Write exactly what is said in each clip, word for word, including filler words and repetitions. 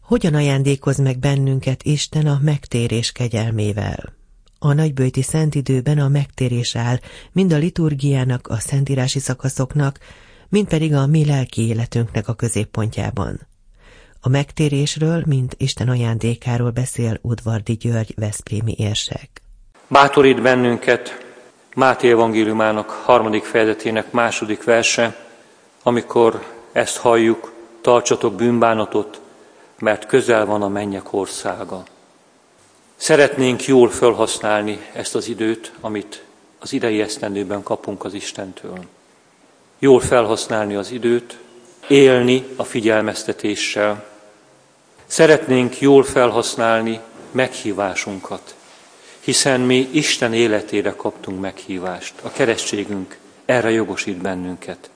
Hogyan ajándékoz meg bennünket Isten a megtérés kegyelmével? A nagyböjti szentidőben a megtérés áll, mind a liturgiának, a szentírási szakaszoknak, mind pedig a mi lelki életünknek a középpontjában. A megtérésről, mint Isten ajándékáról beszél Udvardy György veszprémi érsek. Bátorít bennünket Máté evangéliumának harmadik fejezetének második verse, amikor ezt halljuk, tartsatok bűnbánatot, mert közel van a mennyek országa. Szeretnénk jól felhasználni ezt az időt, amit az idei esztendőben kapunk az Istentől. Jól felhasználni az időt, élni a figyelmeztetéssel. Szeretnénk jól felhasználni meghívásunkat, hiszen mi Isten életére kaptunk meghívást. A keresztségünk erre jogosít bennünket.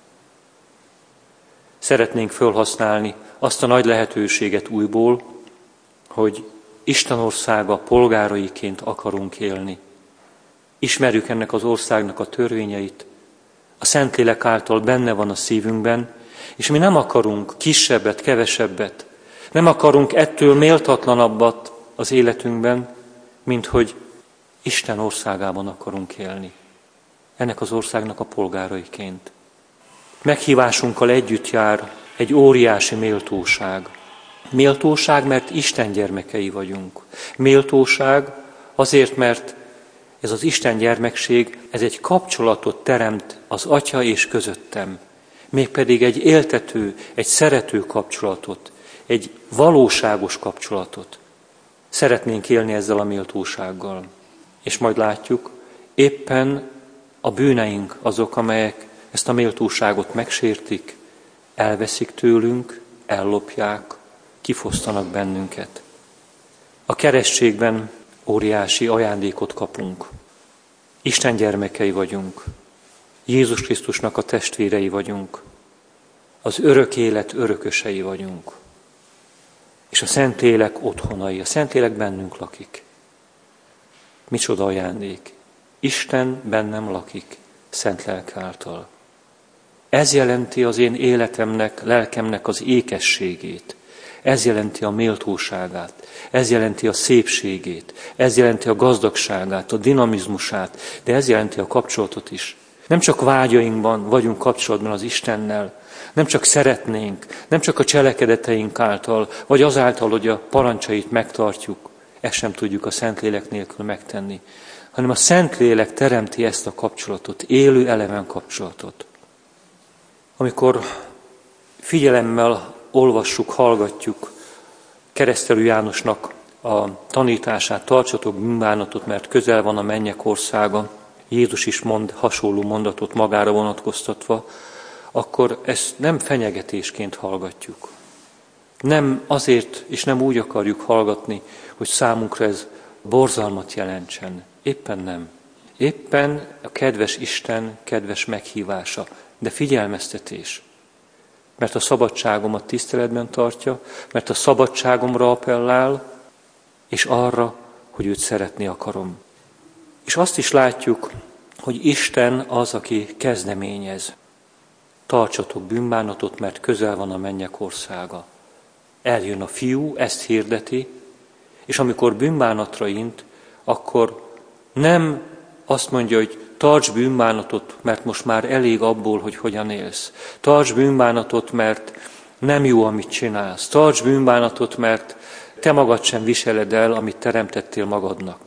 Szeretnénk felhasználni azt a nagy lehetőséget újból, hogy Isten országa polgáraiként akarunk élni. Ismerjük ennek az országnak a törvényeit, a Szentlélek által benne van a szívünkben, és mi nem akarunk kisebbet, kevesebbet, nem akarunk ettől méltatlanabbat az életünkben, mint hogy Isten országában akarunk élni. Ennek az országnak a polgáraiként. Meghívásunkkal együtt jár egy óriási méltóság. Méltóság, mert Isten gyermekei vagyunk. Méltóság azért, mert ez az Isten gyermekség, ez egy kapcsolatot teremt az Atya és közöttem. Mégpedig egy éltető, egy szerető kapcsolatot, egy valóságos kapcsolatot. Szeretnénk élni ezzel a méltósággal. És majd látjuk, éppen a bűneink azok, amelyek ezt a méltóságot megsértik, elveszik tőlünk, ellopják, kifosztanak bennünket. A keresztségben óriási ajándékot kapunk. Isten gyermekei vagyunk. Jézus Krisztusnak a testvérei vagyunk. Az örök élet örökösei vagyunk. És a Szentlélek otthonai. A Szentlélek bennünk lakik. Micsoda ajándék. Isten bennem lakik, szent lelke által. Ez jelenti az én életemnek, lelkemnek az ékességét. Ez jelenti a méltóságát. Ez jelenti a szépségét. Ez jelenti a gazdagságát, a dinamizmusát, de ez jelenti a kapcsolatot is. Nem csak vágyainkban vagyunk kapcsolatban az Istennel, nem csak szeretnénk, nem csak a cselekedeteink által, vagy azáltal, hogy a parancsait megtartjuk, ezt sem tudjuk a Szentlélek nélkül megtenni, hanem a Szentlélek teremti ezt a kapcsolatot, élő eleven kapcsolatot. Amikor figyelemmel olvassuk, hallgatjuk Keresztelő Jánosnak a tanítását, tartsatok bűnbánatot, mert közel van a mennyek országa, Jézus is mond hasonló mondatot magára vonatkoztatva, akkor ezt nem fenyegetésként hallgatjuk. Nem azért, és nem úgy akarjuk hallgatni, hogy számunkra ez borzalmat jelentsen. Éppen nem. Éppen a kedves Isten kedves meghívása, de figyelmeztetés. Mert a szabadságomat tiszteletben tartja, mert a szabadságomra appellál, és arra, hogy őt szeretni akarom. És azt is látjuk, hogy Isten az, aki kezdeményez. Tartsatok bűnbánatot, mert közel van a mennyek országa. Eljön a fiú, ezt hirdeti, és amikor bűnbánatra int, akkor nem azt mondja, hogy tarts bűnbánatot, mert most már elég abból, hogy hogyan élsz. Tarts bűnbánatot, mert nem jó, amit csinálsz. Tarts bűnbánatot, mert te magad sem viseled el, amit teremtettél magadnak.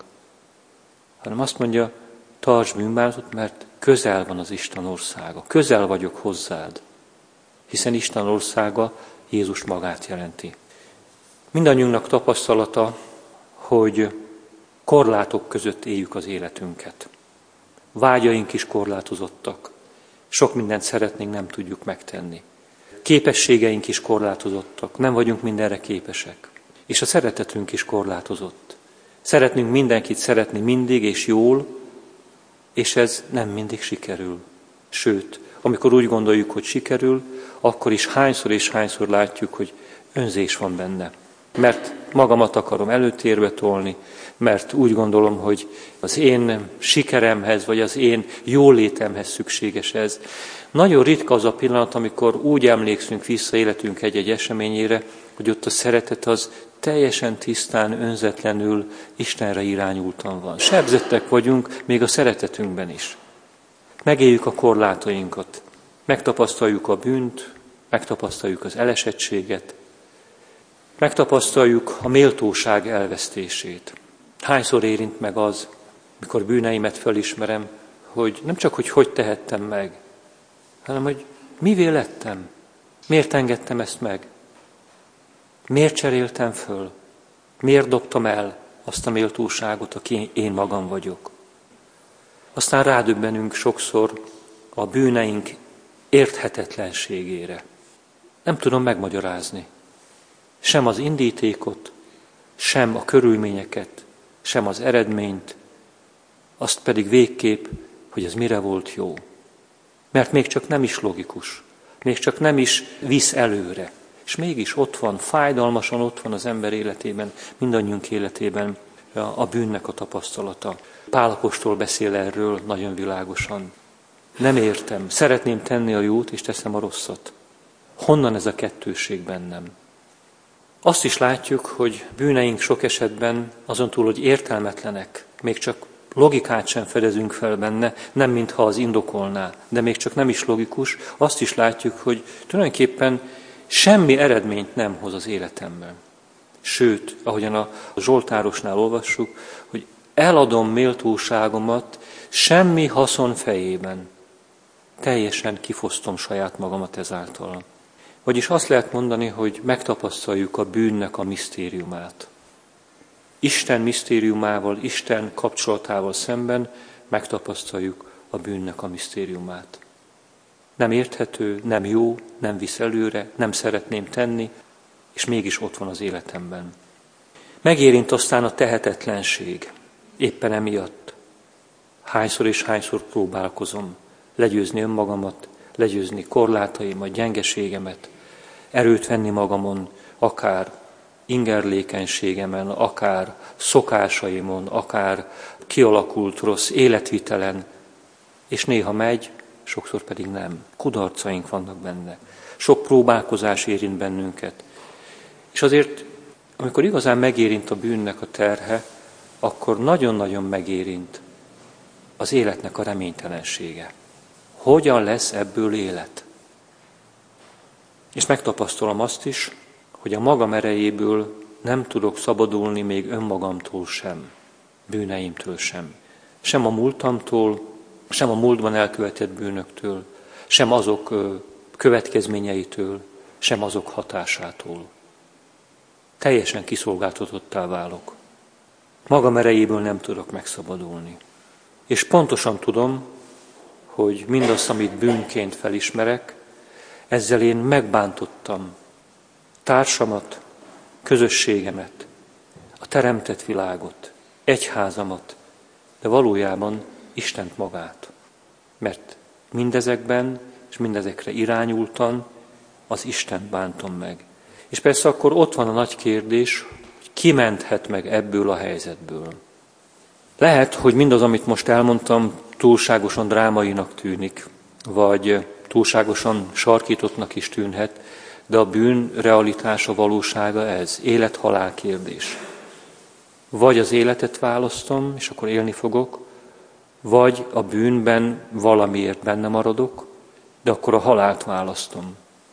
Hanem azt mondja, tarts bűnbánatot, mert közel van az Isten országa. Közel vagyok hozzád. Hiszen Isten országa Jézus magát jelenti. Mindannyiunknak tapasztalata, hogy korlátok között éljük az életünket. Vágyaink is korlátozottak. Sok mindent szeretnénk, nem tudjuk megtenni. Képességeink is korlátozottak, nem vagyunk mindenre képesek. És a szeretetünk is korlátozott. Szeretnénk mindenkit szeretni mindig és jól, és ez nem mindig sikerül. Sőt, amikor úgy gondoljuk, hogy sikerül, akkor is hányszor és hányszor látjuk, hogy önzés van benne. Mert magamat akarom előtérbe tolni, mert úgy gondolom, hogy az én sikeremhez, vagy az én jólétemhez szükséges ez. Nagyon ritka az a pillanat, amikor úgy emlékszünk vissza életünk egy-egy eseményére, hogy ott a szeretet az teljesen tisztán, önzetlenül Istenre irányultan van. Sebzettek vagyunk, még a szeretetünkben is. Megéljük a korlátainkat, megtapasztaljuk a bűnt, megtapasztaljuk az elesettséget, megtapasztaljuk a méltóság elvesztését. Hányszor érint meg az, mikor bűneimet felismerem, hogy nem csak, hogy hogy tehettem meg, hanem, hogy mivé lettem, miért engedtem ezt meg, miért cseréltem föl, miért dobtam el azt a méltóságot, aki én magam vagyok. Aztán rádöbbenünk sokszor a bűneink érthetetlenségére. Nem tudom megmagyarázni. Sem az indítékot, sem a körülményeket, sem az eredményt, azt pedig végképp, hogy ez mire volt jó. Mert még csak nem is logikus, még csak nem is visz előre. És mégis ott van, fájdalmasan ott van az ember életében, mindannyiunk életében a bűnnek a tapasztalata. Pál apostol beszél erről nagyon világosan. Nem értem, szeretném tenni a jót, és teszem a rosszat. Honnan ez a kettősség bennem? Azt is látjuk, hogy bűneink sok esetben azon túl, hogy értelmetlenek, még csak logikát sem fedezünk fel benne, nem mintha az indokolná, de még csak nem is logikus, azt is látjuk, hogy tulajdonképpen semmi eredményt nem hoz az életemben. Sőt, ahogyan a Zsoltárosnál olvassuk, hogy eladom méltóságomat semmi haszon fejében. Teljesen kifosztom saját magamat ezáltal. Vagyis azt lehet mondani, hogy megtapasztaljuk a bűnnek a misztériumát. Isten misztériumával, Isten kapcsolatával szemben megtapasztaljuk a bűnnek a misztériumát. Nem érthető, nem jó, nem visz előre, nem szeretném tenni, és mégis ott van az életemben. Megérint aztán a tehetetlenség, éppen emiatt. Hányszor és hányszor próbálkozom legyőzni önmagamat, legyőzni korlátaimat, gyengeségemet, erőt venni magamon, akár ingerlékenységemen, akár szokásaimon, akár kialakult rossz életvitelen, és néha megy, sokszor pedig nem. Kudarcaink vannak benne. Sok próbálkozás érint bennünket. És azért, amikor igazán megérint a bűnnek a terhe, akkor nagyon-nagyon megérint az életnek a reménytelensége. Hogyan lesz ebből élet? És megtapasztalom azt is, hogy a magam erejéből nem tudok szabadulni még önmagamtól sem, bűneimtől sem. Sem a múltamtól, sem a múltban elkövetett bűnöktől, sem azok következményeitől, sem azok hatásától. Teljesen kiszolgáltatottá válok. Magam erejéből nem tudok megszabadulni. És pontosan tudom, hogy mindazt, amit bűnként felismerek, ezzel én megbántottam társamat, közösségemet, a teremtett világot, egyházamat, de valójában Istent magát. Mert mindezekben és mindezekre irányultan az Istent bántom meg. És persze akkor ott van a nagy kérdés, hogy ki menthet meg ebből a helyzetből. Lehet, hogy mindaz, amit most elmondtam, túlságosan drámainak tűnik, vagy túlságosan sarkítottnak is tűnhet, de a bűn realitása, valósága ez, élet-halál kérdés. Vagy az életet választom, és akkor élni fogok, vagy a bűnben valamiért benne maradok, de akkor a halált választom.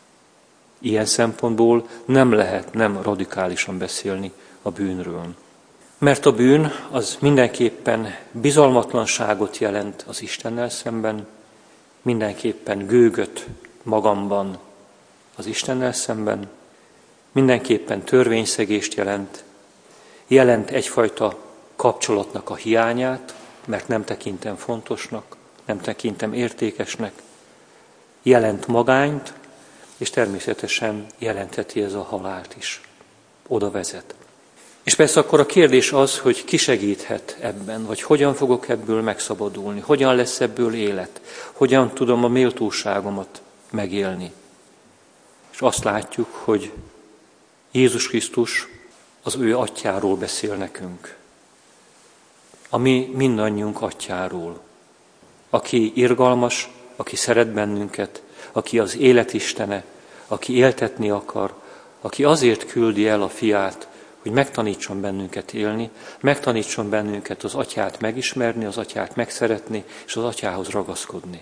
Ilyen szempontból nem lehet nem radikálisan beszélni a bűnről. Mert a bűn az mindenképpen bizalmatlanságot jelent az Istennel szemben, mindenképpen gőgöt magamban az Istennel szemben, mindenképpen törvényszegést jelent, jelent egyfajta kapcsolatnak a hiányát, mert nem tekintem fontosnak, nem tekintem értékesnek, jelent magányt, és természetesen jelentheti ez a halált is. Oda vezet. És persze akkor a kérdés az, hogy ki segíthet ebben, vagy hogyan fogok ebből megszabadulni, hogyan lesz ebből élet, hogyan tudom a méltóságomat megélni. És azt látjuk, hogy Jézus Krisztus az ő atyáról beszél nekünk. A mi mindannyiunk atyáról, aki irgalmas, aki szeret bennünket, aki az élet istene, aki éltetni akar, aki azért küldi el a fiát, hogy megtanítson bennünket élni, megtanítson bennünket az atyát megismerni, az atyát megszeretni, és az atyához ragaszkodni.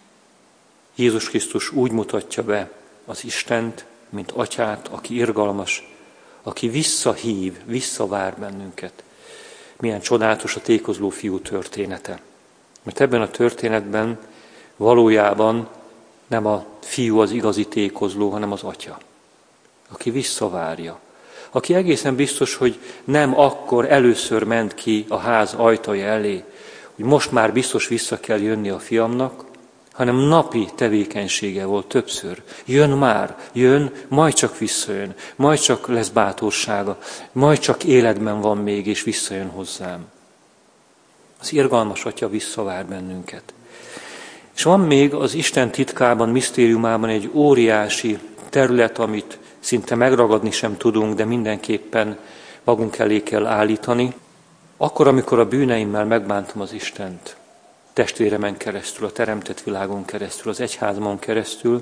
Jézus Krisztus úgy mutatja be az Istent, mint atyát, aki irgalmas, aki visszahív, visszavár bennünket. Milyen csodálatos a tékozló fiú története. Mert ebben a történetben valójában nem a fiú az igazi tékozló, hanem az atya, aki visszavárja. Aki egészen biztos, hogy nem akkor először ment ki a ház ajtaja elé, hogy most már biztos vissza kell jönni a fiamnak, hanem napi tevékenysége volt többször. Jön már, jön, majd csak visszajön, majd csak lesz bátorsága, majd csak életben van még, és visszajön hozzám. Az irgalmas atya visszavár bennünket. És van még az Isten titkában, misztériumában egy óriási terület, amit szinte megragadni sem tudunk, de mindenképpen magunk elé kell állítani. Akkor, amikor a bűneimmel megbántom az Istent, testvéremen keresztül, a teremtett világon keresztül, az egyházmon keresztül,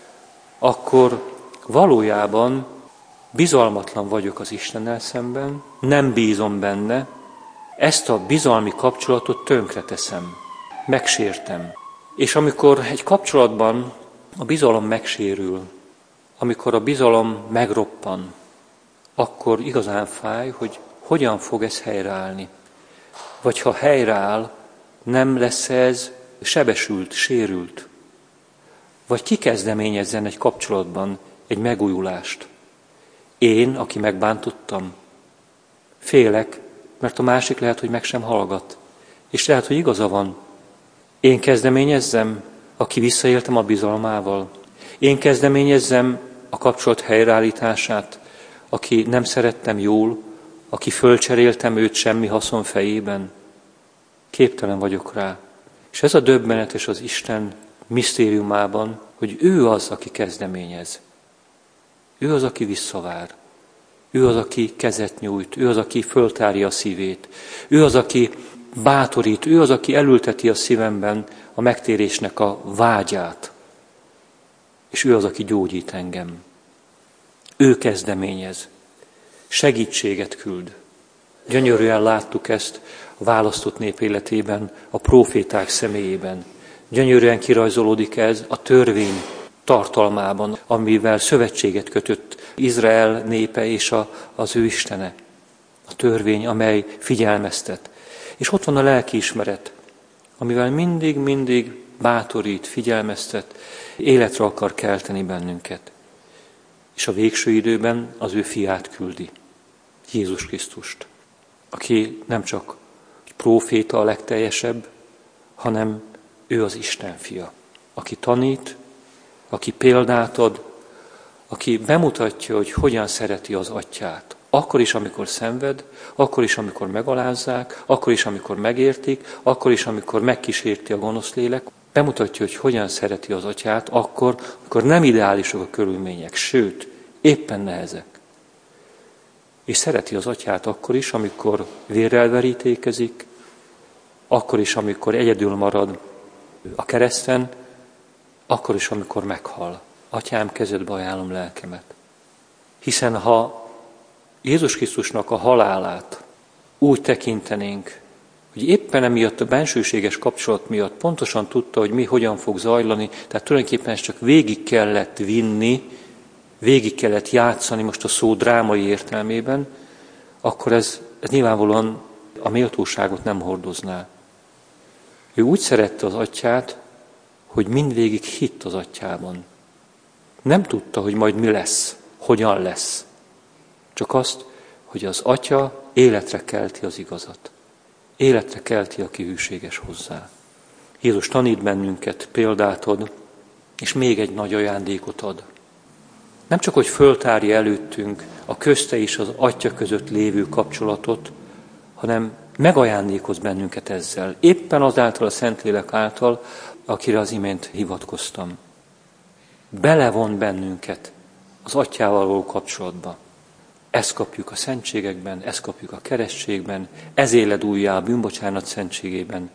akkor valójában bizalmatlan vagyok az Istennel szemben, nem bízom benne, ezt a bizalmi kapcsolatot tönkreteszem, megsértem. És amikor egy kapcsolatban a bizalom megsérül, amikor a bizalom megroppan, akkor igazán fáj, hogy hogyan fog ez helyreállni. Vagy ha helyreáll, nem lesz ez sebesült, sérült. Vagy ki kezdeményezzen egy kapcsolatban egy megújulást. Én, aki megbántottam, félek, mert a másik lehet, hogy meg sem hallgat. És lehet, hogy igaza van. Én kezdeményezzem, aki visszaéltem a bizalmával. Én kezdeményezzem a kapcsolat helyreállítását, aki nem szerettem jól, aki fölcseréltem őt semmi haszon fejében. Képtelen vagyok rá. És ez a döbbenetes az Isten misztériumában, hogy ő az, aki kezdeményez. Ő az, aki visszavár. Ő az, aki kezet nyújt. Ő az, aki föltárja a szívét. Ő az, aki bátorít. Ő az, aki elülteti a szívemben a megtérésnek a vágyát. És ő az, aki gyógyít engem. Ő kezdeményez. Segítséget küld. Gyönyörűen láttuk ezt a választott nép életében, a próféták személyében. Gyönyörűen kirajzolódik ez a törvény tartalmában, amivel szövetséget kötött Izrael népe és a, az ő Istene. A törvény, amely figyelmeztet. És ott van a lelkiismeret, amivel mindig-mindig bátorít, figyelmeztet, életre akar kelteni bennünket. És a végső időben az ő fiát küldi, Jézus Krisztust, aki nem csak próféta a legteljesebb, hanem ő az Isten fia, aki tanít, aki példát ad, aki bemutatja, hogy hogyan szereti az atyát. Akkor is, amikor szenved, akkor is, amikor megalázzák, akkor is, amikor megértik, akkor is, amikor megkísérti a gonosz lélek, bemutatja, hogy hogyan szereti az atyát, akkor, amikor nem ideálisak a körülmények, sőt, éppen nehezek. És szereti az atyát akkor is, amikor vérrel verítékezik, akkor is, amikor egyedül marad a kereszten, akkor is, amikor meghal. Atyám, kezedbe ajánlom lelkemet. Hiszen ha Jézus Krisztusnak a halálát úgy tekintenénk, hogy éppen emiatt a bensőséges kapcsolat miatt pontosan tudta, hogy mi hogyan fog zajlani, tehát tulajdonképpen ezt csak végig kellett vinni, végig kellett játszani most a szó drámai értelmében, akkor ez, ez nyilvánvalóan a méltóságot nem hordozná. Ő úgy szerette az atyát, hogy mindvégig hitt az atyában. Nem tudta, hogy majd mi lesz, hogyan lesz. Csak azt, hogy az atya életre kelti az igazat. Életre kelti, aki hűséges hozzá. Jézus tanít bennünket, példát ad, és még egy nagy ajándékot ad. Nem csak, hogy föltárja előttünk a közte és az atya között lévő kapcsolatot, hanem megajándékoz bennünket ezzel. Éppen azáltal a Szentlélek által, akire az imént hivatkoztam. Belevon bennünket az atyával való kapcsolatba. Ezt kapjuk a szentségekben, ezt kapjuk a keresztségben, ez éled újjá a bűnbocsánat szentségében.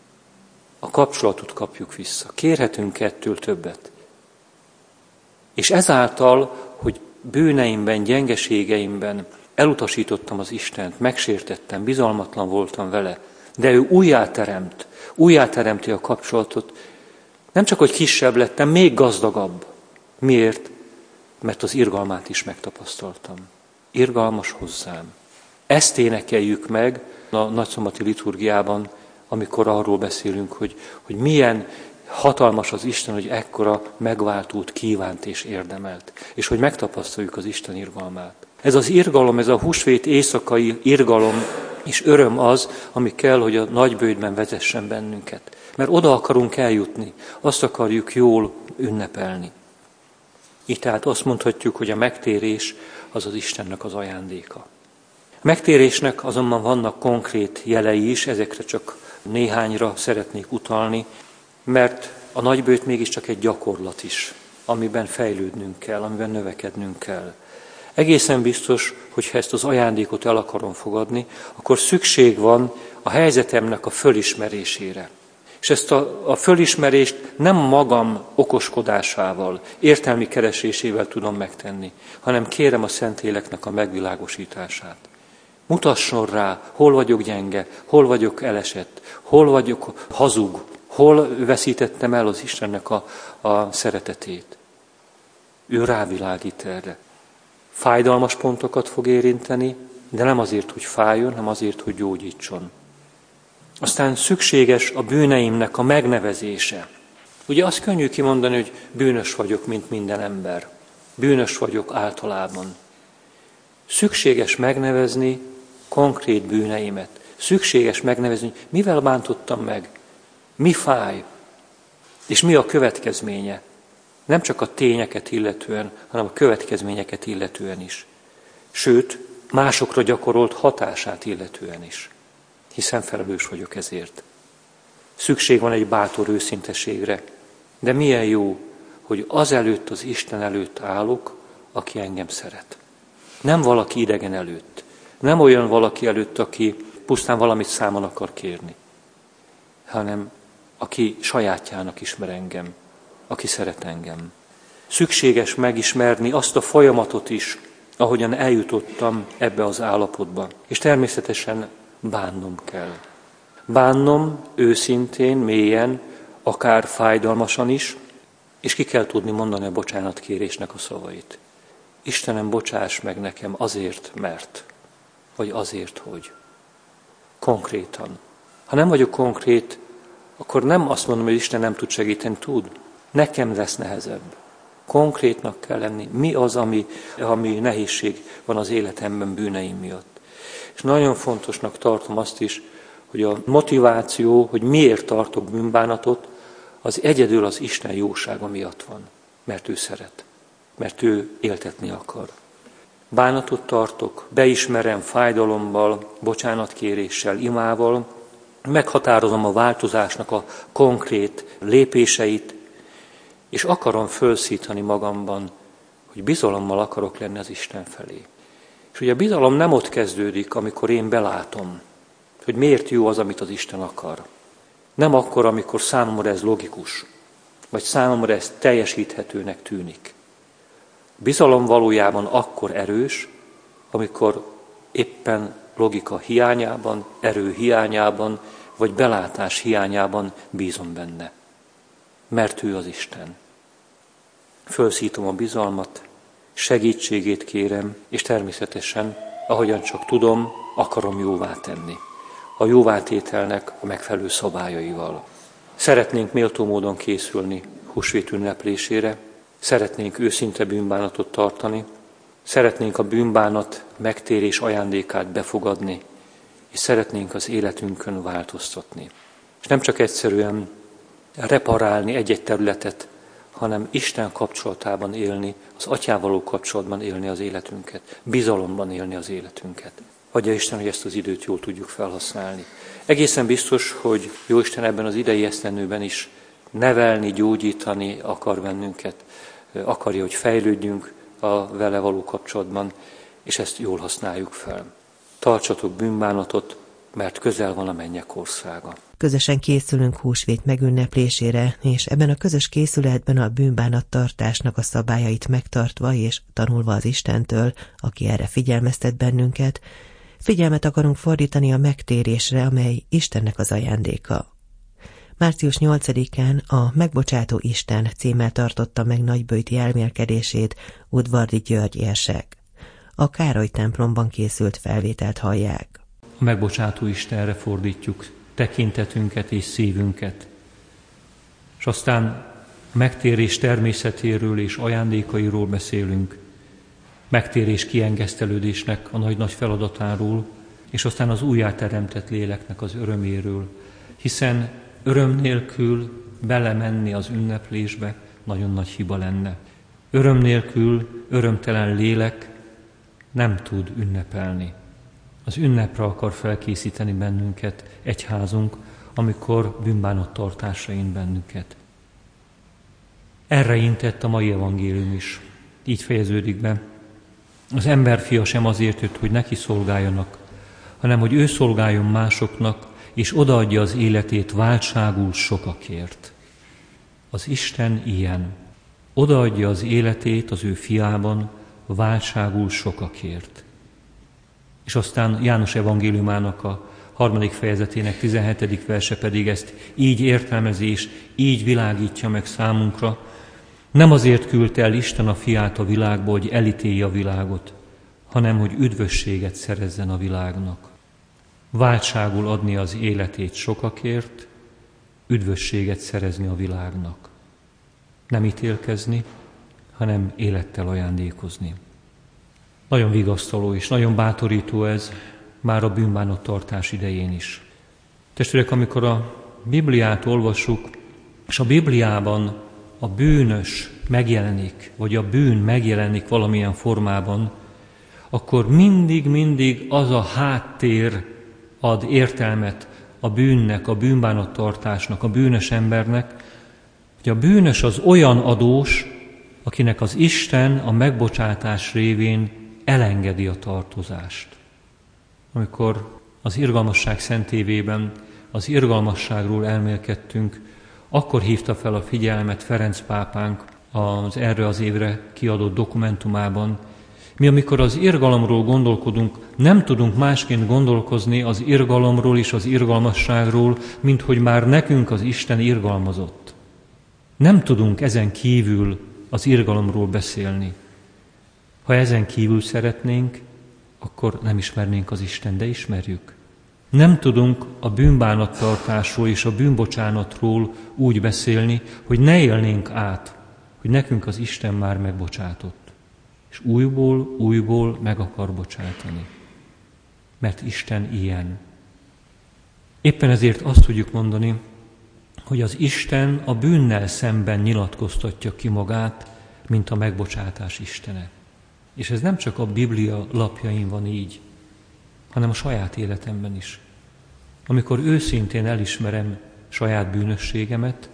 A kapcsolatot kapjuk vissza. Kérhetünk ettől többet. És ezáltal, hogy bűneimben, gyengeségeimben elutasítottam az Istent, megsértettem, bizalmatlan voltam vele, de ő újjáteremt, újjáteremti a kapcsolatot. Nem csak, hogy kisebb lettem, még gazdagabb. Miért? Mert az irgalmát is megtapasztaltam. Irgalmas hozzám. Ezt énekeljük meg a nagyszombati liturgiában, amikor arról beszélünk, hogy, hogy milyen hatalmas az Isten, hogy ekkora megváltót kívánt és érdemelt, és hogy megtapasztaljuk az Isten irgalmát. Ez az irgalom, ez a húsvét éjszakai irgalom és öröm az, ami kell, hogy a nagybőjtben vezessen bennünket. Mert oda akarunk eljutni, azt akarjuk jól ünnepelni. Így tehát azt mondhatjuk, hogy a megtérés az az Istennek az ajándéka. A megtérésnek azonban vannak konkrét jelei is, ezekre csak néhányra szeretnék utalni, mert a nagybőjt mégiscsak egy gyakorlat is, amiben fejlődnünk kell, amiben növekednünk kell. Egészen biztos, hogy ha ezt az ajándékot el akarom fogadni, akkor szükség van a helyzetemnek a fölismerésére. És ezt a, a fölismerést nem magam okoskodásával, értelmi keresésével tudom megtenni, hanem kérem a Szentléleknek a megvilágosítását. Mutasson rá, hol vagyok gyenge, hol vagyok elesett, hol vagyok hazug, hol veszítettem el az Istennek a, a szeretetét. Ő rávilágít erre. Fájdalmas pontokat fog érinteni, de nem azért, hogy fájjon, hanem azért, hogy gyógyítson. Aztán szükséges a bűneimnek a megnevezése. Ugye azt könnyű kimondani, hogy bűnös vagyok, mint minden ember. Bűnös vagyok általában. Szükséges megnevezni konkrét bűneimet. Szükséges megnevezni, hogy mivel bántottam meg, mi fáj, és mi a következménye. Nem csak a tényeket illetően, hanem a következményeket illetően is. Sőt, másokra gyakorolt hatását illetően is. Hiszen felelős vagyok ezért. Szükség van egy bátor őszinteségre, de milyen jó, hogy azelőtt az Isten előtt állok, aki engem szeret. Nem valaki idegen előtt. Nem olyan valaki előtt, aki pusztán valamit számon akar kérni, hanem aki sajátjának ismer engem, aki szeret engem. Szükséges megismerni azt a folyamatot is, ahogyan eljutottam ebbe az állapotba. És természetesen bánnom kell. Bánnom őszintén, mélyen, akár fájdalmasan is, és ki kell tudni mondani a bocsánatkérésnek a szavait. Istenem, bocsáss meg nekem azért, mert, vagy azért, hogy. Konkrétan. Ha nem vagyok konkrét, akkor nem azt mondom, hogy Isten nem tud segíteni, tud. Nekem lesz nehezebb. Konkrétnak kell lenni. Mi az, ami, ami nehézség van az életemben bűneim miatt. És nagyon fontosnak tartom azt is, hogy a motiváció, hogy miért tartok bűnbánatot, az egyedül az Isten jósága miatt van. Mert ő szeret. Mert ő éltetni akar. Bánatot tartok, beismerem fájdalommal, bocsánatkéréssel, imával, meghatározom a változásnak a konkrét lépéseit, és akarom fölszítani magamban, hogy bizalommal akarok lenni az Isten felé. És ugye a bizalom nem ott kezdődik, amikor én belátom, hogy miért jó az, amit az Isten akar. Nem akkor, amikor számomra ez logikus, vagy számomra ez teljesíthetőnek tűnik. Bizalom valójában akkor erős, amikor éppen logika hiányában, erő hiányában, vagy belátás hiányában bízom benne. Mert ő az Isten. Fölszítom a bizalmat, segítségét kérem, és természetesen, ahogyan csak tudom, akarom jóvá tenni. A jóvátételnek a megfelelő szabályaival. Szeretnénk méltó módon készülni húsvét ünneplésére, szeretnénk őszinte bűnbánatot tartani, szeretnénk a bűnbánat megtérés ajándékát befogadni, és szeretnénk az életünkön változtatni. És nem csak egyszerűen reparálni egy-egy területet, hanem Isten kapcsolatában élni, az Atyával való kapcsolatban élni az életünket, bizalomban élni az életünket. Adja Isten, hogy ezt az időt jól tudjuk felhasználni. Egészen biztos, hogy Jóisten ebben az idei esztendőben is nevelni, gyógyítani akar bennünket, akarja, hogy fejlődjünk a vele való kapcsolatban, és ezt jól használjuk fel. Tartsatok bűnbánatot, mert közel van a mennyek országa. Közösen készülünk húsvét megünneplésére, és ebben a közös készületben a bűnbánattartásnak a szabályait megtartva és tanulva az Istentől, aki erre figyelmeztet bennünket, figyelmet akarunk fordítani a megtérésre, amely Istennek az ajándéka. március nyolcadikán a Megbocsátó Isten címmel tartotta meg nagyböjti elmélkedését Udvardy György érsek. A Károly templomban készült felvételt hallják. A Megbocsátó Istenre fordítjuk tekintetünket és szívünket. És aztán a megtérés természetéről és ajándékairól beszélünk, megtérés kiengesztelődésnek a nagy-nagy feladatáról, és aztán az újjáteremtett léleknek az öröméről, hiszen öröm nélkül belemenni az ünneplésbe nagyon nagy hiba lenne. Öröm nélkül örömtelen lélek nem tud ünnepelni. Az ünnepre akar felkészíteni bennünket egyházunk, amikor bűnbánattartásra int bennünket. Erre intett a mai evangélium is. Így fejeződik be. Az emberfia sem azért jött, hogy neki szolgáljanak, hanem hogy ő szolgáljon másoknak, és odaadja az életét váltságul sokakért. Az Isten ilyen. Odaadja az életét az ő fiában váltságul sokakért. És aztán János evangéliumának a harmadik fejezetének tizenhetedik verse pedig ezt így értelmezi, és így világítja meg számunkra. Nem azért küldte el Isten a fiát a világba, hogy elítélje a világot, hanem hogy üdvösséget szerezzen a világnak. Váltságul adni az életét sokakért, üdvösséget szerezni a világnak. Nem ítélkezni, hanem élettel ajándékozni. Nagyon vigasztaló és nagyon bátorító ez már a bűnbánattartás idején is. Testvérek, amikor a Bibliát olvassuk, és a Bibliában a bűnös megjelenik, vagy a bűn megjelenik valamilyen formában, akkor mindig-mindig az a háttér ad értelmet a bűnnek, a bűnbánattartásnak, a bűnös embernek, hogy a bűnös az olyan adós, akinek az Isten a megbocsátás révén elengedi a tartozást. Amikor az irgalmasság szentévében az irgalmasságról elmélkedtünk, akkor hívta fel a figyelmet Ferenc pápánk az erre az évre kiadott dokumentumában. Mi, amikor az irgalomról gondolkodunk, nem tudunk másként gondolkozni az irgalomról és az irgalmasságról, mint hogy már nekünk az Isten irgalmazott. Nem tudunk ezen kívül az irgalomról beszélni. Ha ezen kívül szeretnénk, akkor nem ismernénk az Isten, de ismerjük. Nem tudunk a bűnbánattartásról és a bűnbocsánatról úgy beszélni, hogy ne élnénk át, hogy nekünk az Isten már megbocsátott. És újból, újból meg akar bocsátani. Mert Isten ilyen. Éppen ezért azt tudjuk mondani, hogy az Isten a bűnnel szemben nyilatkoztatja ki magát, mint a megbocsátás Istene. És ez nem csak a Biblia lapjain van így, hanem a saját életemben is. Amikor őszintén elismerem saját bűnösségemet,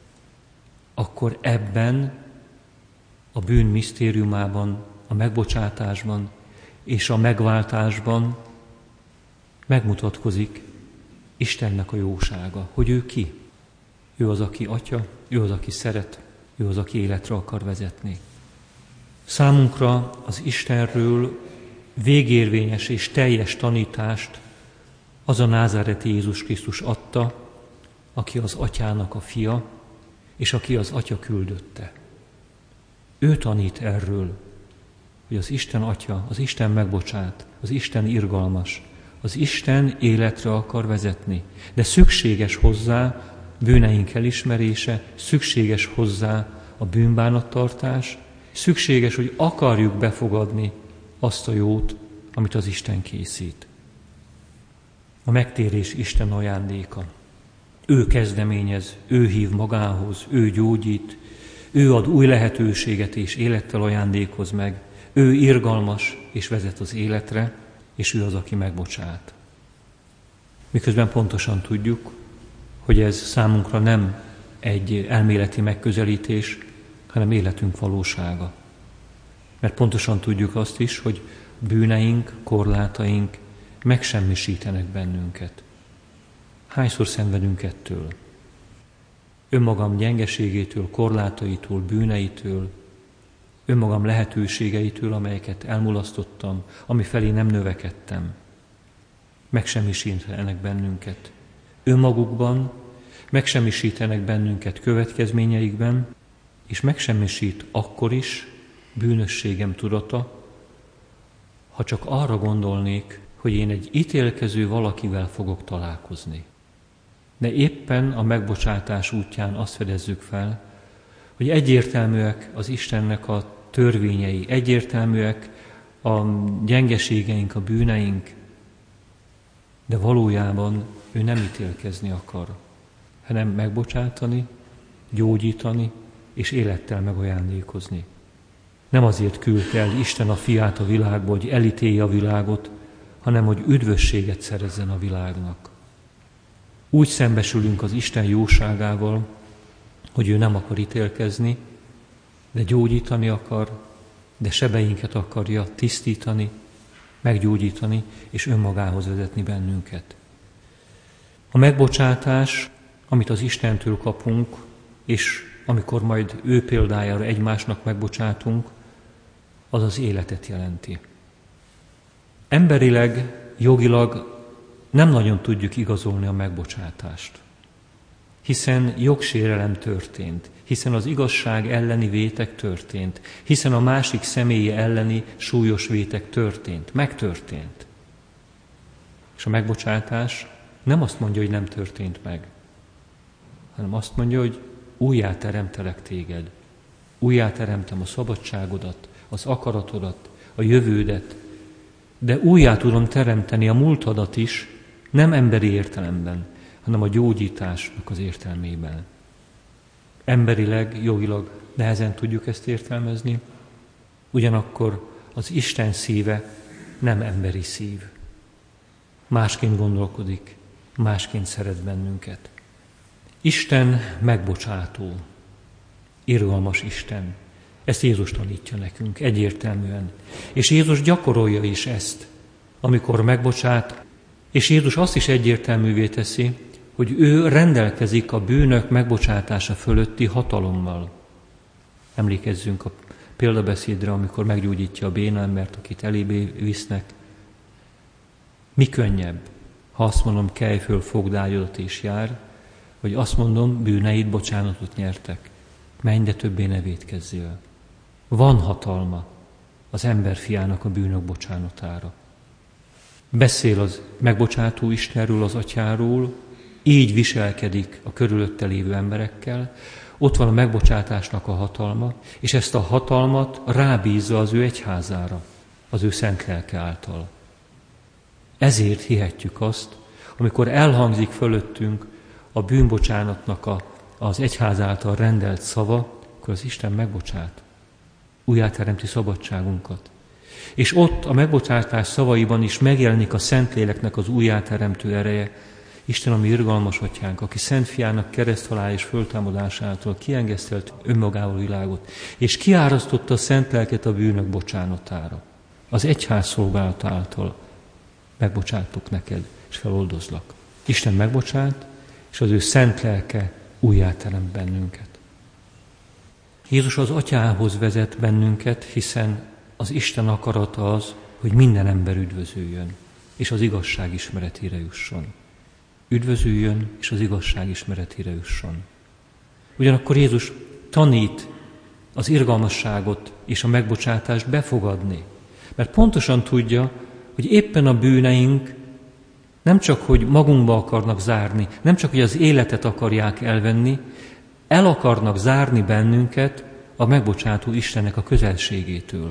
akkor ebben a bűn misztériumában, a megbocsátásban és a megváltásban megmutatkozik Istennek a jósága, hogy ő ki. Ő az, aki atya, ő az, aki szeret, ő az, aki életre akar vezetni. Számunkra az Istenről végérvényes és teljes tanítást az a názáreti Jézus Krisztus adta, aki az atyának a fia, és aki az atya küldötte. Ő tanít erről, hogy az Isten atya, az Isten megbocsát, az Isten irgalmas, az Isten életre akar vezetni, de szükséges hozzá bűneink elismerése, szükséges hozzá a bűnbánattartás, szükséges, hogy akarjuk befogadni azt a jót, amit az Isten készít. A megtérés Isten ajándéka. Ő kezdeményez, ő hív magához, ő gyógyít, ő ad új lehetőséget és élettel ajándékoz meg, ő irgalmas és vezet az életre, és ő az, aki megbocsát. Miközben pontosan tudjuk, hogy ez számunkra nem egy elméleti megközelítés, hanem életünk valósága. Mert pontosan tudjuk azt is, hogy bűneink, korlátaink megsemmisítenek bennünket. Hányszor szenvedünk ettől? Önmagam gyengeségétől, korlátaitól, bűneitől, önmagam lehetőségeitől, amelyeket elmulasztottam, ami felé nem növekedtem. Megsemmisítenek bennünket önmagukban, megsemmisítenek bennünket következményeikben, és megsemmisít akkor is bűnösségem tudata, ha csak arra gondolnék, hogy én egy ítélkező valakivel fogok találkozni. De éppen a megbocsátás útján azt fedezzük fel, hogy egyértelműek az Istennek a törvényei, egyértelműek a gyengeségeink, a bűneink, de valójában ő nem ítélkezni akar, hanem megbocsátani, gyógyítani és élettel megajándékozni. Nem azért küldte el Isten a fiát a világba, hogy elítélje a világot, hanem hogy üdvösséget szerezzen a világnak. Úgy szembesülünk az Isten jóságával, hogy ő nem akar ítélkezni, de gyógyítani akar, de sebeinket akarja tisztítani, meggyógyítani és önmagához vezetni bennünket. A megbocsátás, amit az Istentől kapunk, és amikor majd ő példájára egymásnak megbocsátunk, az az életet jelenti. Emberileg, jogilag nem nagyon tudjuk igazolni a megbocsátást, hiszen jogsérelem történt, hiszen az igazság elleni vétek történt, hiszen a másik személye elleni súlyos vétek történt, megtörtént. És a megbocsátás nem azt mondja, hogy nem történt meg, hanem azt mondja, hogy újjáteremtelek téged, újjáteremtem a szabadságodat, az akaratodat, a jövődet, de újjá tudom teremteni a múltadat is, nem emberi értelemben, hanem a gyógyításnak az értelmében. Emberileg, jogilag nehezen tudjuk ezt értelmezni, ugyanakkor az Isten szíve nem emberi szív. Másként gondolkodik, másként szeret bennünket. Isten megbocsátó, irgalmas Isten. Ezt Jézus tanítja nekünk egyértelműen. És Jézus gyakorolja is ezt, amikor megbocsát, és Jézus azt is egyértelművé teszi, hogy ő rendelkezik a bűnök megbocsátása fölötti hatalommal. Emlékezzünk a példabeszédre, amikor meggyógyítja a béna embert, akit elébe visznek. Mi könnyebb, ha azt mondom, kelj föl, fogd ágyadat és jár, vagy azt mondom, bűneid bocsánatot nyertek, menj, de többé ne vétkezzél. Van hatalma az ember fiának a bűnök bocsánatára. Beszél az megbocsátó Istenről, az Atyáról, így viselkedik a körülötte lévő emberekkel, ott van a megbocsátásnak a hatalma, és ezt a hatalmat rábízza az ő egyházára, az ő szent lelke által. Ezért hihetjük azt, amikor elhangzik fölöttünk a bűnbocsánatnak a, az egyház által rendelt szava, akkor az Isten megbocsát, újjáteremti szabadságunkat. És ott a megbocsátás szavaiban is megjelenik a Szentléleknek az újjáteremtő ereje, Isten, a mi irgalmas Atyánk, aki Szent Fiának kereszthalál és föltámadásától kiengesztelt önmagával világot, és kiárasztotta a Szent Lelket a bűnök bocsánatára. Az egyház szolgálatától megbocsátok neked, és feloldozlak. Isten megbocsát, és az ő Szent Lelke újjáteremt bennünket. Jézus az Atyához vezet bennünket, hiszen az Isten akarata az, hogy minden ember üdvözüljön, és az igazság ismeretére jusson. Üdvözüljön, és az igazság ismeretére jusson. Ugyanakkor Jézus tanít az irgalmasságot és a megbocsátást befogadni, mert pontosan tudja, hogy éppen a bűneink nem csak, hogy magunkba akarnak zárni, nem csak, hogy az életet akarják elvenni, el akarnak zárni bennünket a megbocsátó Istennek a közelségétől.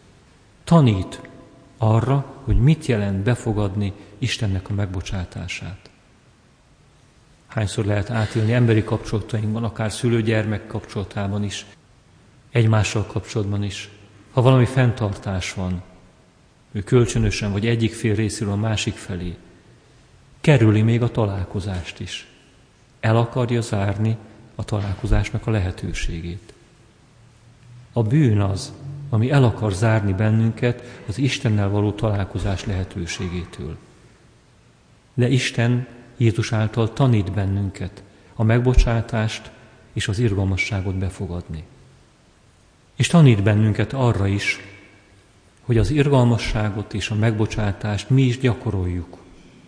Tanít arra, hogy mit jelent befogadni Istennek a megbocsátását. Hányszor lehet átélni emberi kapcsolatainkban, akár szülő-gyermek kapcsolatában is, egymással kapcsolatban is, ha valami fenntartás van, ő kölcsönösen vagy egyik fél részéről a másik felé, kerüli még a találkozást is. El akarja zárni a találkozásnak a lehetőségét. A bűn az, ami el akar zárni bennünket az Istennel való találkozás lehetőségétől. De Isten Jézus által tanít bennünket a megbocsátást és az irgalmasságot befogadni. És tanít bennünket arra is, hogy az irgalmasságot és a megbocsátást mi is gyakoroljuk.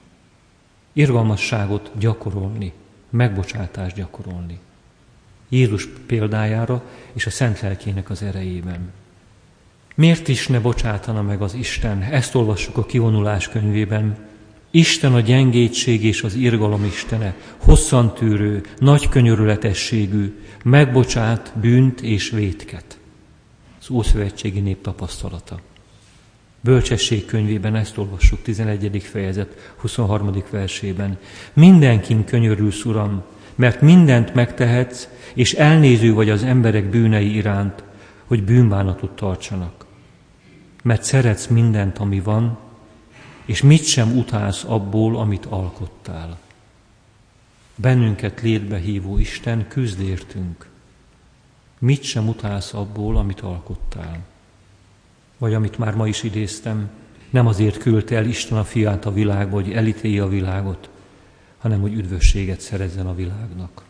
Irgalmasságot gyakorolni, megbocsátást gyakorolni. Jézus példájára és a Szent Lelkének az erejében. Miért is ne bocsátana meg az Isten? Ezt olvassuk a Kivonulás könyvében. Isten a gyengétség és az irgalom istene, hosszantűrő, nagy könyörületességű, megbocsát bűnt és vétket. Az ószövetségi nép tapasztalata. Bölcsesség könyvében ezt olvassuk, tizenegyedik fejezet, huszonharmadik versében. Mindenkin könyörülsz, Uram, mert mindent megtehetsz, és elnéző vagy az emberek bűnei iránt, hogy bűnbánatot tartsanak. Mert szeretsz mindent, ami van, és mit sem utálsz abból, amit alkottál. Bennünket létbe hívó Isten küzd értünk. Mit sem utálsz abból, amit alkottál. Vagy amit már ma is idéztem, nem azért küldte el Isten a fiát a világba, hogy elítélje a világot, hanem hogy üdvösséget szerezzen a világnak.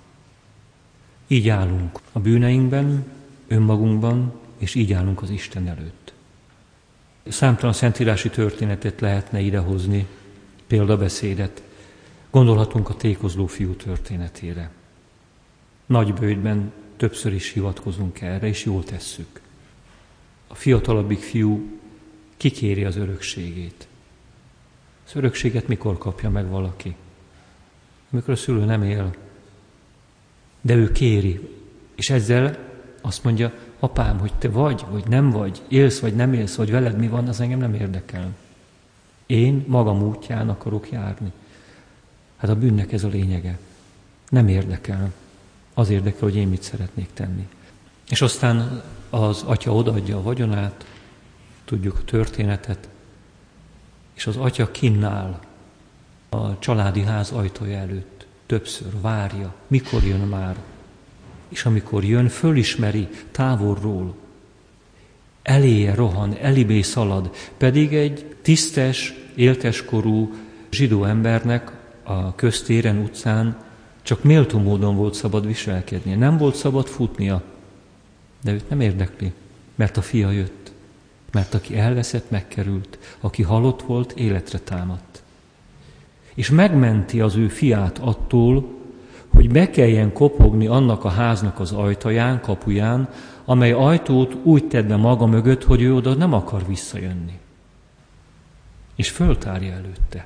Így állunk a bűneinkben, önmagunkban, és így állunk az Isten előtt. Számtalan szentírási történetet lehetne idehozni, példabeszédet. Gondolhatunk a tékozló fiú történetére. Nagyböjtben többször is hivatkozunk erre, és jól tesszük. A fiatalabbik fiú kikéri az örökségét. Az örökséget mikor kapja meg valaki? Amikor a szülő nem él. De ő kéri, és ezzel azt mondja, apám, hogy te vagy, vagy nem vagy, élsz, vagy nem élsz, vagy veled mi van, az engem nem érdekel. Én magam útján akarok járni. Hát a bűnnek ez a lényege. Nem érdekel. Az érdekel, hogy én mit szeretnék tenni. És aztán az atya odaadja a vagyonát, tudjuk a történetet, és az atya kinnál a családi ház ajtója előtt. Többször várja, mikor jön már. És amikor jön, fölismeri távolról. Eléje rohan, elibé szalad, pedig egy tisztes, élteskorú zsidó embernek a köztéren, utcán csak méltó módon volt szabad viselkednie. Nem volt szabad futnia, de őt nem érdekli, mert a fia jött. Mert aki elveszett, megkerült, aki halott volt, életre támadt. És megmenti az ő fiát attól, hogy be kelljen kopogni annak a háznak az ajtaján, kapuján, amely ajtót úgy tett be maga mögött, hogy ő oda nem akar visszajönni. És föltárja előtte.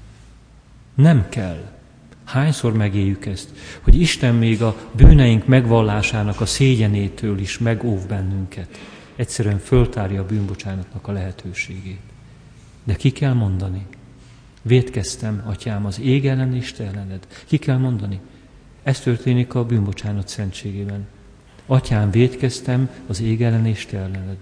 Nem kell. Hányszor megéljük ezt, hogy Isten még a bűneink megvallásának a szégyenétől is megóv bennünket. Egyszerűen föltárja a bűnbocsánatnak a lehetőségét. De ki kell mondani? Vétkeztem, atyám, az ég ellen és te ellened. Ki kell mondani? Ez történik a bűnbocsánat szentségében. Atyám, vétkeztem az ég ellen és te ellened.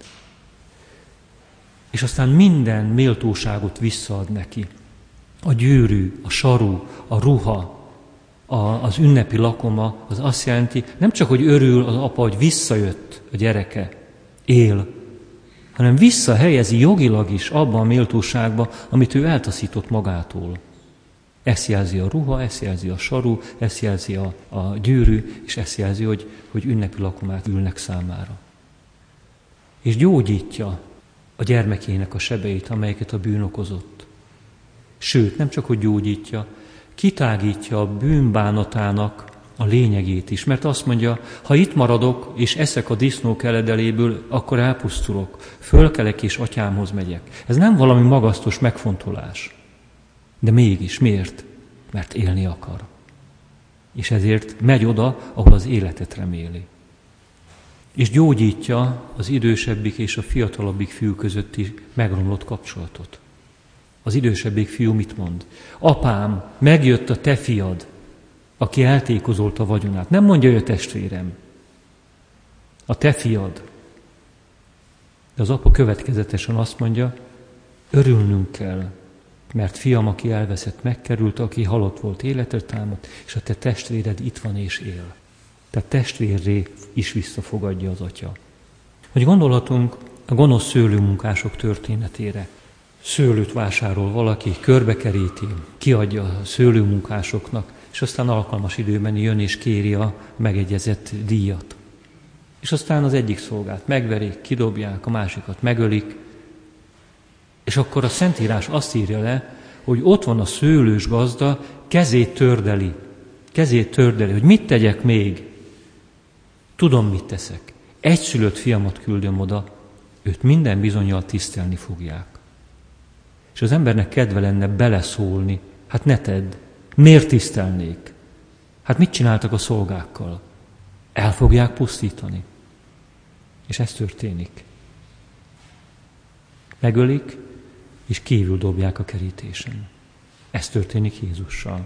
És aztán minden méltóságot visszaad neki. A gyűrű, a saru, a ruha, a, az ünnepi lakoma, az azt jelenti, nem csak, hogy örül az apa, hogy visszajött a gyereke, él, hanem visszahelyezi jogilag is abban a méltóságban, amit ő eltaszított magától. Ezt jelzi a ruha, ezt jelzi a saru, ezt jelzi a, a gyűrű, és ezt jelzi, hogy, hogy ünnepi lakomát ülnek számára. És gyógyítja a gyermekének a sebeit, amelyeket a bűn okozott. Sőt, nem csak, hogy gyógyítja, kitágítja a bűnbánatának a lényegét is, mert azt mondja, ha itt maradok, és eszek a disznó keledeléből, akkor elpusztulok, fölkelek és atyámhoz megyek. Ez nem valami magasztos megfontolás. De mégis, miért? Mert élni akar. És ezért megy oda, ahol az életet reméli. És gyógyítja az idősebbik és a fiatalabbik fiú közötti megromlott kapcsolatot. Az idősebbik fiú mit mond? Apám, megjött a te fiad, aki eltékozolt a vagyonát. Nem mondja, hogy a testvérem. A te fiad. De az apa következetesen azt mondja, örülnünk kell, mert fiam, aki elveszett, megkerült, aki halott volt, életre támadt, és a te testvéred itt van és él. Tehát testvérré is visszafogadja az atya. Hogy gondolhatunk a gonosz szőlőmunkások történetére. szőlőt vásárol valaki, körbekeríti, kiadja a szőlőmunkásoknak, és aztán alkalmas időben jön és kéri a megegyezett díjat. És aztán az egyik szolgát megverik, kidobják, a másikat megölik, és akkor a Szentírás azt írja le, hogy ott van a szőlős gazda, kezét tördeli, kezét tördeli, hogy mit tegyek még? Tudom, mit teszek. Egyszülött fiamat küldöm oda, őt minden bizonnyal tisztelni fogják. És az embernek kedve lenne beleszólni, hát ne tedd, miért tisztelnék? Hát mit csináltak a szolgákkal? El fogják pusztítani. És ez történik. Megölik, és kívül dobják a kerítésen. Ez történik Jézussal.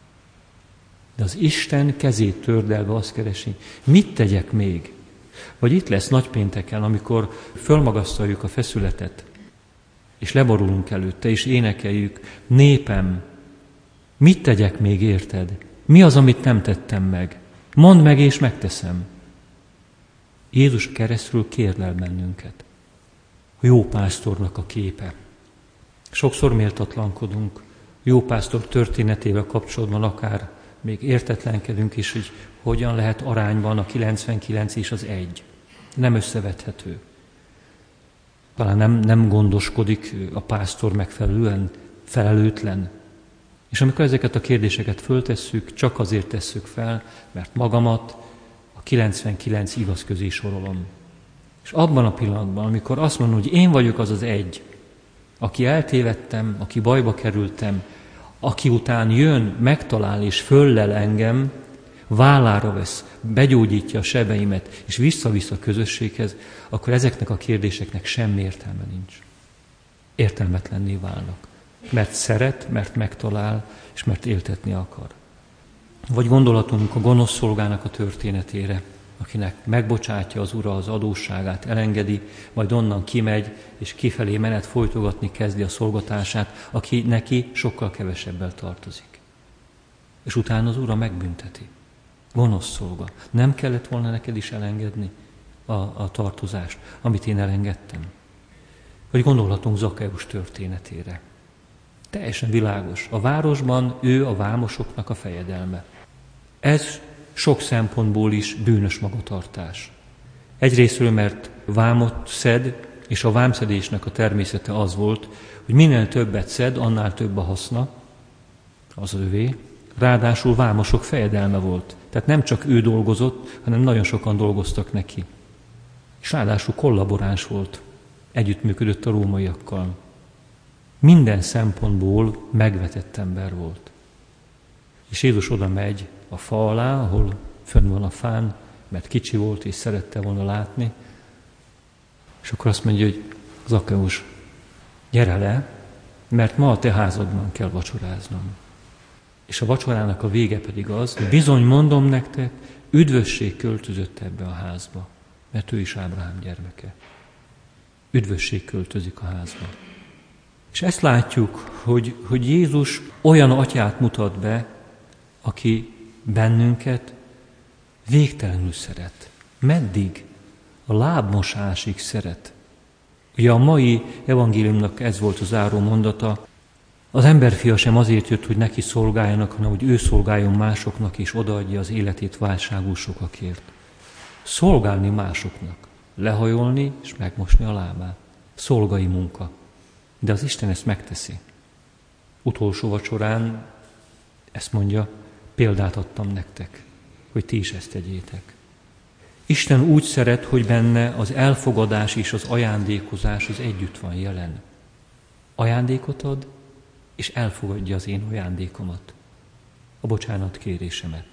De az Isten kezét tördelve azt keresi, mit tegyek még? Vagy itt lesz nagypénteken, amikor fölmagasztaljuk a feszületet, és leborulunk előtte, és énekeljük, népem, mit tegyek még érted? Mi az, amit nem tettem meg? Mondd meg, és megteszem. Jézus keresztül kérlel bennünket. A jó pásztornak a képe. Sokszor méltatlankodunk. Jó pásztor történetével kapcsolatban akár még értetlenkedünk is, hogy hogyan lehet arányban a kilencvenkilenc és az egy. Nem összevethető. Talán nem, nem gondoskodik a pásztor megfelelően, felelőtlen. És amikor ezeket a kérdéseket föltesszük, csak azért tesszük fel, mert magamat a kilencvenkilenc igaz közé sorolom. És abban a pillanatban, amikor azt mondom, hogy én vagyok az az egy, aki eltévedtem, aki bajba kerültem, aki után jön, megtalál és föllel engem, vállára vesz, begyógyítja a sebeimet, és visszavisz a közösséghez, akkor ezeknek a kérdéseknek semmi értelme nincs. Értelmetlenné válnak. Mert szeret, mert megtalál, és mert éltetni akar. Vagy gondolatunk a gonosz szolgának a történetére, akinek megbocsátja az ura az adósságát, elengedi, majd onnan kimegy, és kifelé menet folytogatni kezdi a szolgatását, aki neki sokkal kevesebbel tartozik. És utána az ura megbünteti. Gonosz szolga. Nem kellett volna neked is elengedni a, a tartozást, amit én elengedtem? Vagy gondolhatunk Zakkeus történetére. Teljesen világos. A városban ő a vámosoknak a fejedelme. Ez sok szempontból is bűnös magatartás. Egyrészről, mert vámot szed, és a vámszedésnek a természete az volt, hogy minél többet szed, annál több a haszna, az övé. Ráadásul vámosok fejedelme volt. Tehát nem csak ő dolgozott, hanem nagyon sokan dolgoztak neki. És ráadásul kollaboráns volt. Együttműködött a rómaiakkal. Minden szempontból megvetett ember volt. És Jézus oda megy a fa alá, ahol fönn van a fán, mert kicsi volt és szerette volna látni. És akkor azt mondja, hogy Zakkeus, gyere le, mert ma a te házadban kell vacsoráznom. És a vacsorának a vége pedig az, hogy bizony mondom nektek, üdvösség költözött ebbe a házba, mert ő is Ábrahám gyermeke. Üdvösség költözik a házba. És ezt látjuk, hogy, hogy Jézus olyan atyát mutat be, aki bennünket végtelenül szeret. Meddig? A lábmosásig szeret. Ugye a mai evangéliumnak ez volt az záró mondata, az emberfia sem azért jött, hogy neki szolgáljanak, hanem hogy ő szolgáljon másoknak, és odaadja az életét válságú sokakért. Szolgálni másoknak, lehajolni és megmosni a lábát. Szolgai munka. De az Isten ezt megteszi. Utolsó vacsorán ezt mondja, példát adtam nektek, hogy ti is ezt tegyétek. Isten úgy szeret, hogy benne az elfogadás és az ajándékozás az együtt van jelen. Ajándékot ad, és elfogadja az én ajándékomat, a bocsánat kérésemet.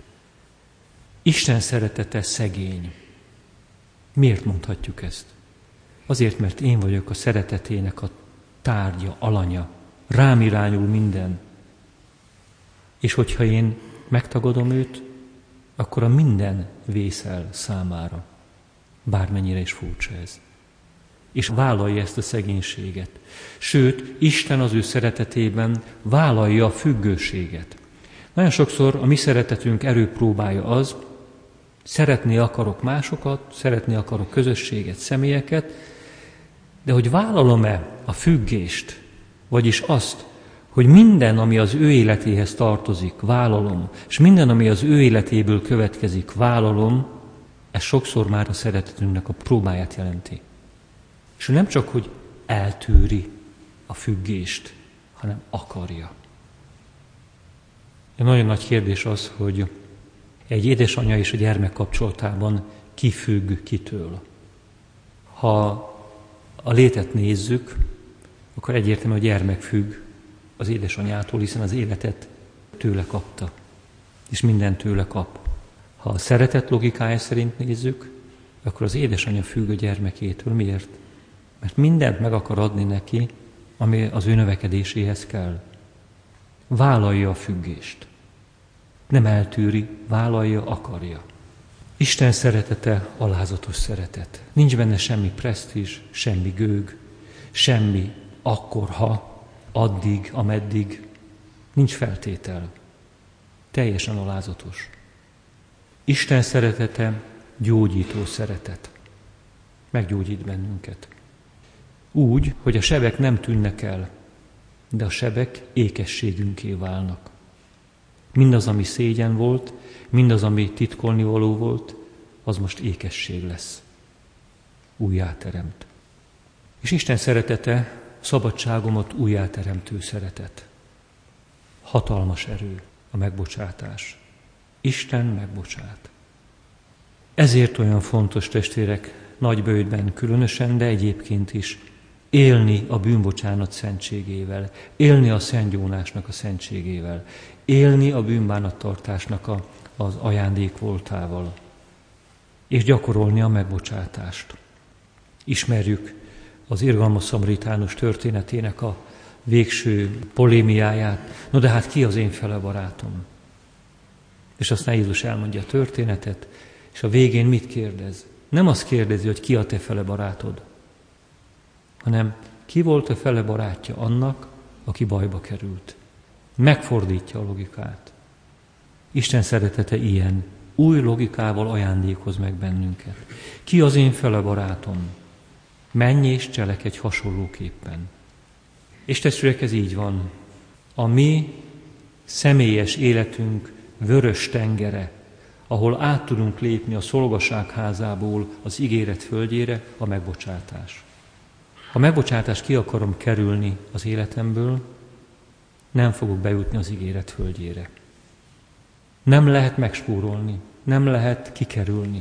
Isten szeretete szegény. Miért mondhatjuk ezt? Azért, mert én vagyok a szeretetének a tárgya, alanya. Rám irányul minden. És hogyha én megtagadom őt, akkor a minden vészel számára. Bármennyire is furcsa ez. És vállalja ezt a szegénységet. Sőt, Isten az ő szeretetében vállalja a függőséget. Nagyon sokszor a mi szeretetünk erőpróbája az, szeretni akarok másokat, szeretni akarok közösséget, személyeket, de hogy vállalom-e a függést, Vagyis azt, hogy minden, ami az ő életéhez tartozik, vállalom, és minden, ami az ő életéből következik, vállalom, ez sokszor már a szeretetünknek a próbáját jelenti. És ő nem csak, hogy eltűri a függést, hanem akarja. Egy nagyon nagy kérdés az, hogy egy édesanyja és a gyermek kapcsolatában ki függ kitől. Ha a létet nézzük, akkor egyértelmű, hogy a gyermek függ az édesanyjától, hiszen az életet tőle kapta, és mindent tőle kap. Ha a szeretet logikája szerint nézzük, akkor az édesanyja függ a gyermekétől. Miért? Mert mindent meg akar adni neki, ami az ő növekedéséhez kell. Vállalja a függést. Nem eltűri, vállalja, akarja. Isten szeretete alázatos szeretet. Nincs benne semmi presztízs, semmi gőg, semmi akkor, ha, addig, ameddig. Nincs feltétel. Teljesen alázatos. Isten szeretete gyógyító szeretet. Meggyógyít bennünket. Úgy, hogy a sebek nem tűnnek el, de a sebek ékességünké válnak. Mindaz, ami szégyen volt, mindaz, ami titkolnivaló volt, az most ékesség lesz. Újjáteremt. És Isten szeretete szabadságomat újjáteremtő szeretet. Hatalmas erő a megbocsátás. Isten megbocsát. Ezért olyan fontos, testvérek, Nagyböjtben különösen, de egyébként is élni a bűnbocsánat szentségével, élni a szentgyónásnak a szentségével, élni a bűnbánattartásnak a, az ajándék voltával, és gyakorolni a megbocsátást. Ismerjük az irgalmas szamaritánus történetének a végső polémiáját. No de hát ki az én fele barátom? És aztán Jézus elmondja a történetet, és a végén mit kérdez? Nem azt kérdezi, hogy ki a te fele barátod, hanem ki volt a fele barátja annak, aki bajba került. Megfordítja a logikát. Isten szeretete ilyen, új logikával ajándékoz meg bennünket. Ki az én fele barátom? Menj és cselekedj hasonlóképpen. És testvérek, ez így van. A mi személyes életünk vörös tengere, ahol át tudunk lépni a szolgaság házából az ígéret földjére, a megbocsátás. Ha megbocsátást ki akarom kerülni az életemből, nem fogok bejutni az ígéret földjére. Nem lehet megspórolni, nem lehet kikerülni.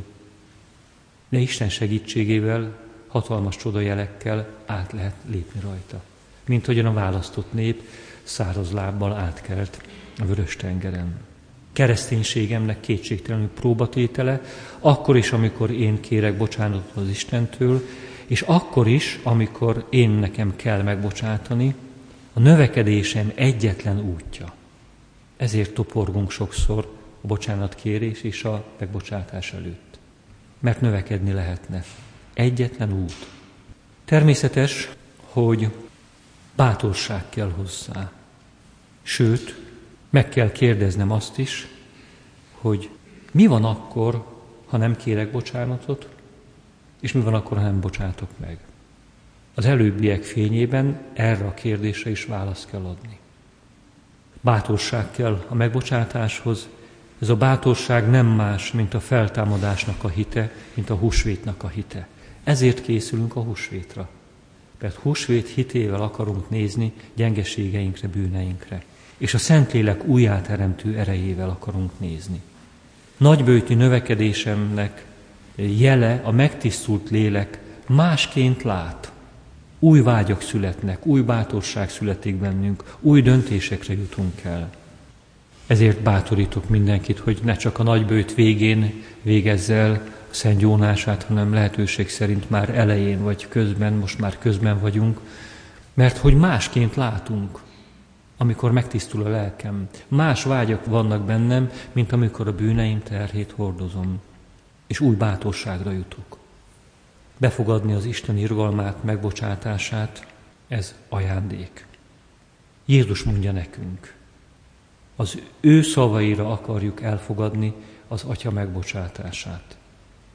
De Isten segítségével, hatalmas csodajelekkel át lehet lépni rajta. Mint hogyan a választott nép száraz lábbal átkelt a vörös tengeren. Kereszténységemnek kétségtelenül próbatétele, akkor is, amikor én kérek bocsánatot az Istentől, és akkor is, amikor én nekem kell megbocsátani, a növekedésem egyetlen útja. Ezért toporgunk sokszor a bocsánatkérés és a megbocsátás előtt. Mert növekedni lehetne. Egyetlen út. Természetes, hogy bátorság kell hozzá. Sőt, meg kell kérdeznem azt is, hogy mi van akkor, ha nem kérek bocsánatot, és mi van akkor, ha nem bocsátok meg. Az előbbiek fényében erre a kérdésre is választ kell adni. Bátorság kell a megbocsátáshoz. Ez a bátorság nem más, mint a feltámadásnak a hite, mint a húsvétnak a hite. Ezért készülünk a húsvétra. Mert húsvét hitével akarunk nézni gyengeségeinkre, bűneinkre. És a Szentlélek újjáteremtő erejével akarunk nézni. Nagyböjti növekedésemnek jele a megtisztult lélek másként lát. Új vágyak születnek, új bátorság születik bennünk, új döntésekre jutunk el. Ezért bátorítok mindenkit, hogy ne csak a nagyböjt végén végezz el a szentgyónását, hanem lehetőség szerint már elején vagy közben, most már közben vagyunk, mert hogy másként látunk, amikor megtisztul a lelkem. Más vágyak vannak bennem, mint amikor a bűneim terhét hordozom, és új bátorságra jutok. Befogadni az Isten irgalmát, megbocsátását, ez ajándék. Jézus mondja nekünk, az ő szavaira akarjuk elfogadni az Atya megbocsátását.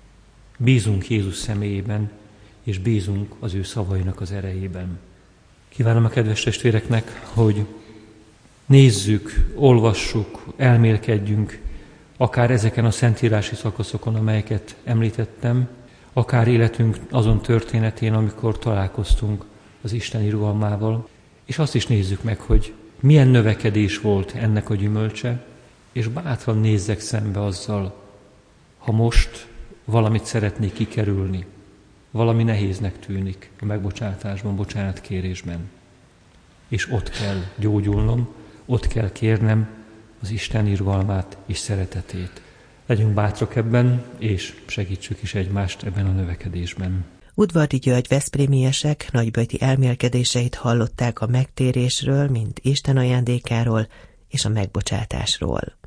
Bízunk Jézus személyében, és bízunk az ő szavainak az erejében. Kívánom a kedves testvéreknek, hogy nézzük, olvassuk, elmélkedjünk, akár ezeken a szentírási szakaszokon, amelyeket említettem, akár életünk azon történetén, amikor találkoztunk az Isten irgalmával, és azt is nézzük meg, hogy milyen növekedés volt ennek a gyümölcse, és bátran nézzek szembe azzal, ha most valamit szeretnék kikerülni, valami nehéznek tűnik a megbocsátásban, bocsánatkérésben. És ott kell gyógyulnom, ott kell kérnem az Isten irgalmát és szeretetét. Legyünk bátrak ebben, és segítsük is egymást ebben a növekedésben. Udvardi György veszprémiesek nagyböjti elmélkedéseit hallották a megtérésről, mint Isten ajándékáról és a megbocsátásról.